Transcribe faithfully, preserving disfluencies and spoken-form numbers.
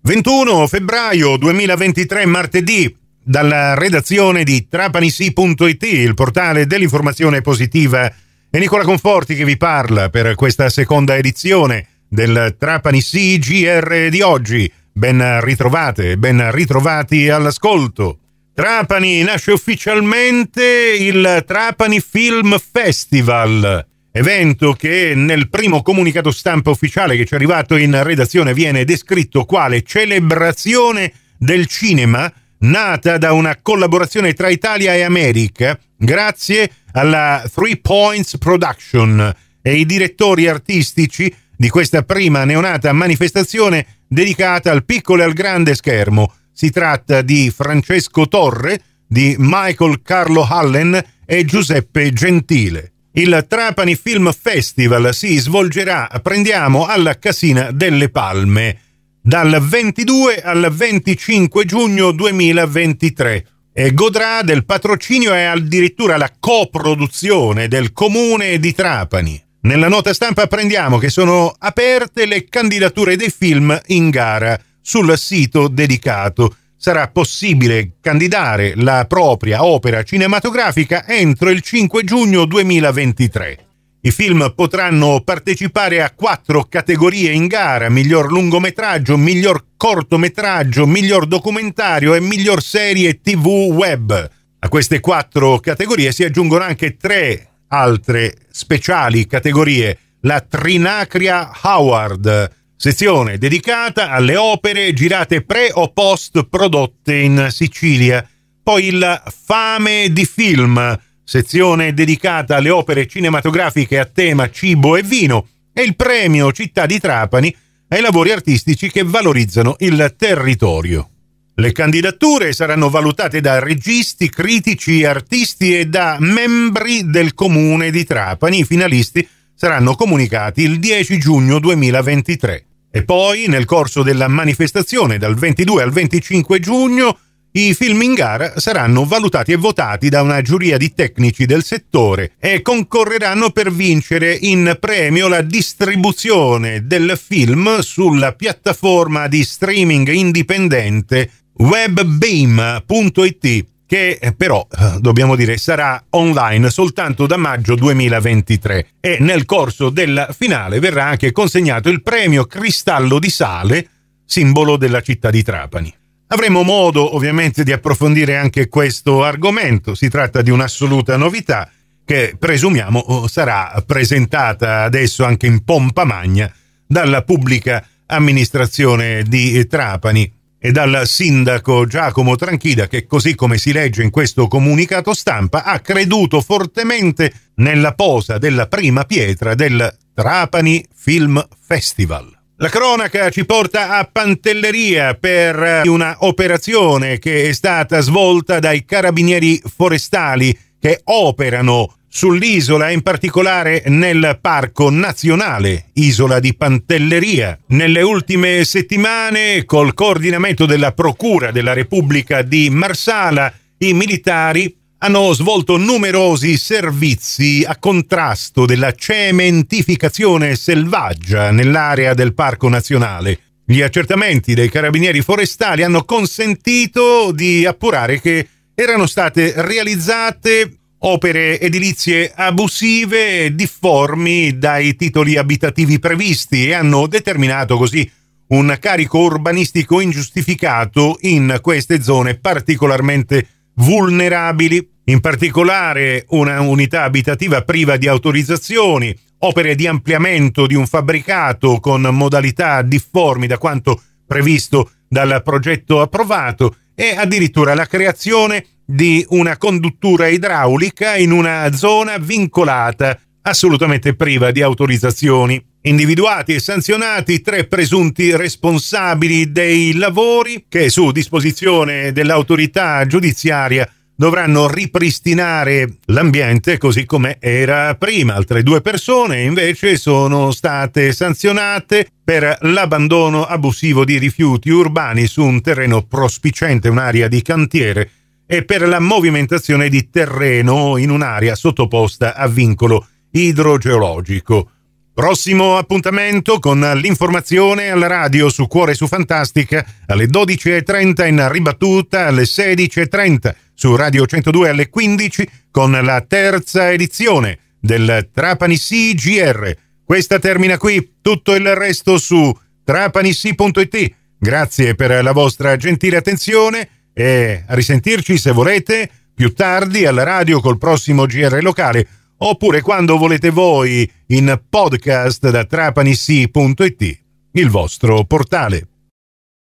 ventuno febbraio duemilaventitré, martedì, dalla redazione di Trapanisi punto it, il portale dell'informazione positiva. È Nicola Conforti che vi parla per questa seconda edizione del Trapanisi G R di oggi. Ben ritrovate, ben ritrovati all'ascolto. Trapani nasce ufficialmente il Trapani Film Festival, evento che nel primo comunicato stampa ufficiale che ci è arrivato in redazione viene descritto quale celebrazione del cinema nata da una collaborazione tra Italia e America grazie alla Three Points Production e i direttori artistici di questa prima neonata manifestazione dedicata al piccolo e al grande schermo. Si tratta di Francesco Torre, di Michael Carlo Allen e Giuseppe Gentile. Il Trapani Film Festival si svolgerà, prendiamo, alla Casina delle Palme dal ventidue al venticinque giugno duemilaventitré e godrà del patrocinio e addirittura la coproduzione del Comune di Trapani. Nella nota stampa apprendiamo che sono aperte le candidature dei film in gara. Sul sito dedicato sarà possibile candidare la propria opera cinematografica entro il cinque giugno duemilaventitré. I film potranno partecipare a quattro categorie in gara: miglior lungometraggio, miglior cortometraggio, miglior documentario e miglior serie tivù web. A queste quattro categorie si aggiungono anche tre altre speciali categorie: la Trinacria Award, sezione dedicata alle opere girate pre o post prodotte in Sicilia; poi il Fame di Film, sezione dedicata alle opere cinematografiche a tema cibo e vino, e il premio Città di Trapani ai lavori artistici che valorizzano il territorio. Le candidature saranno valutate da registi, critici, artisti e da membri del Comune di Trapani. I finalisti saranno comunicati il dieci giugno duemilaventitré. E poi, nel corso della manifestazione, dal ventidue al venticinque giugno, i film in gara saranno valutati e votati da una giuria di tecnici del settore e concorreranmo per vincere in premio la distribuzione del film sulla piattaforma di streaming indipendente webbeam punto it, che però, dobbiamo dire, sarà online soltanto da maggio duemilaventitré, e nel corso della finale verrà anche consegnato il premio Cristallo di Sale, simbolo della città di Trapani. Avremo modo ovviamente di approfondire anche questo argomento. Si tratta di un'assoluta novità che presumiamo sarà presentata adesso anche in pompa magna dalla pubblica amministrazione di Trapani e dal sindaco Giacomo Tranchida, che, così come si legge in questo comunicato stampa, ha creduto fortemente nella posa della prima pietra del Trapani Film Festival. La cronaca ci porta a Pantelleria per una operazione che è stata svolta dai carabinieri forestali che operano sull'isola, in particolare nel Parco Nazionale Isola di Pantelleria. Nelle ultime settimane, col coordinamento della Procura della Repubblica di Marsala, i militari hanno svolto numerosi servizi a contrasto della cementificazione selvaggia nell'area del Parco Nazionale. Gli accertamenti dei carabinieri forestali hanno consentito di appurare che erano state realizzate opere edilizie abusive e difformi dai titoli abitativi previsti e hanno determinato così un carico urbanistico ingiustificato in queste zone particolarmente vulnerabili, in particolare una unità abitativa priva di autorizzazioni, opere di ampliamento di un fabbricato con modalità difformi da quanto previsto dal progetto approvato e addirittura la creazione di una conduttura idraulica in una zona vincolata, assolutamente priva di autorizzazioni. Individuati e sanzionati tre presunti responsabili dei lavori che, su disposizione dell'autorità giudiziaria, dovranno ripristinare l'ambiente così come era prima. Altre due persone invece sono state sanzionate per l'abbandono abusivo di rifiuti urbani su un terreno prospiciente, un'area di cantiere, e per la movimentazione di terreno in un'area sottoposta a vincolo idrogeologico. Prossimo appuntamento con l'informazione alla radio su Cuore su Fantastica alle dodici e trenta, in ribattuta alle sedici e trenta su Radio centodue alle quindici con la terza edizione del Trapani Sì G R. Questa termina qui, tutto il resto su trapanissi punto it. Grazie per la vostra gentile attenzione e a risentirci, se volete, più tardi alla radio col prossimo G R locale, oppure quando volete voi in podcast da trapanissi punto it, il vostro portale.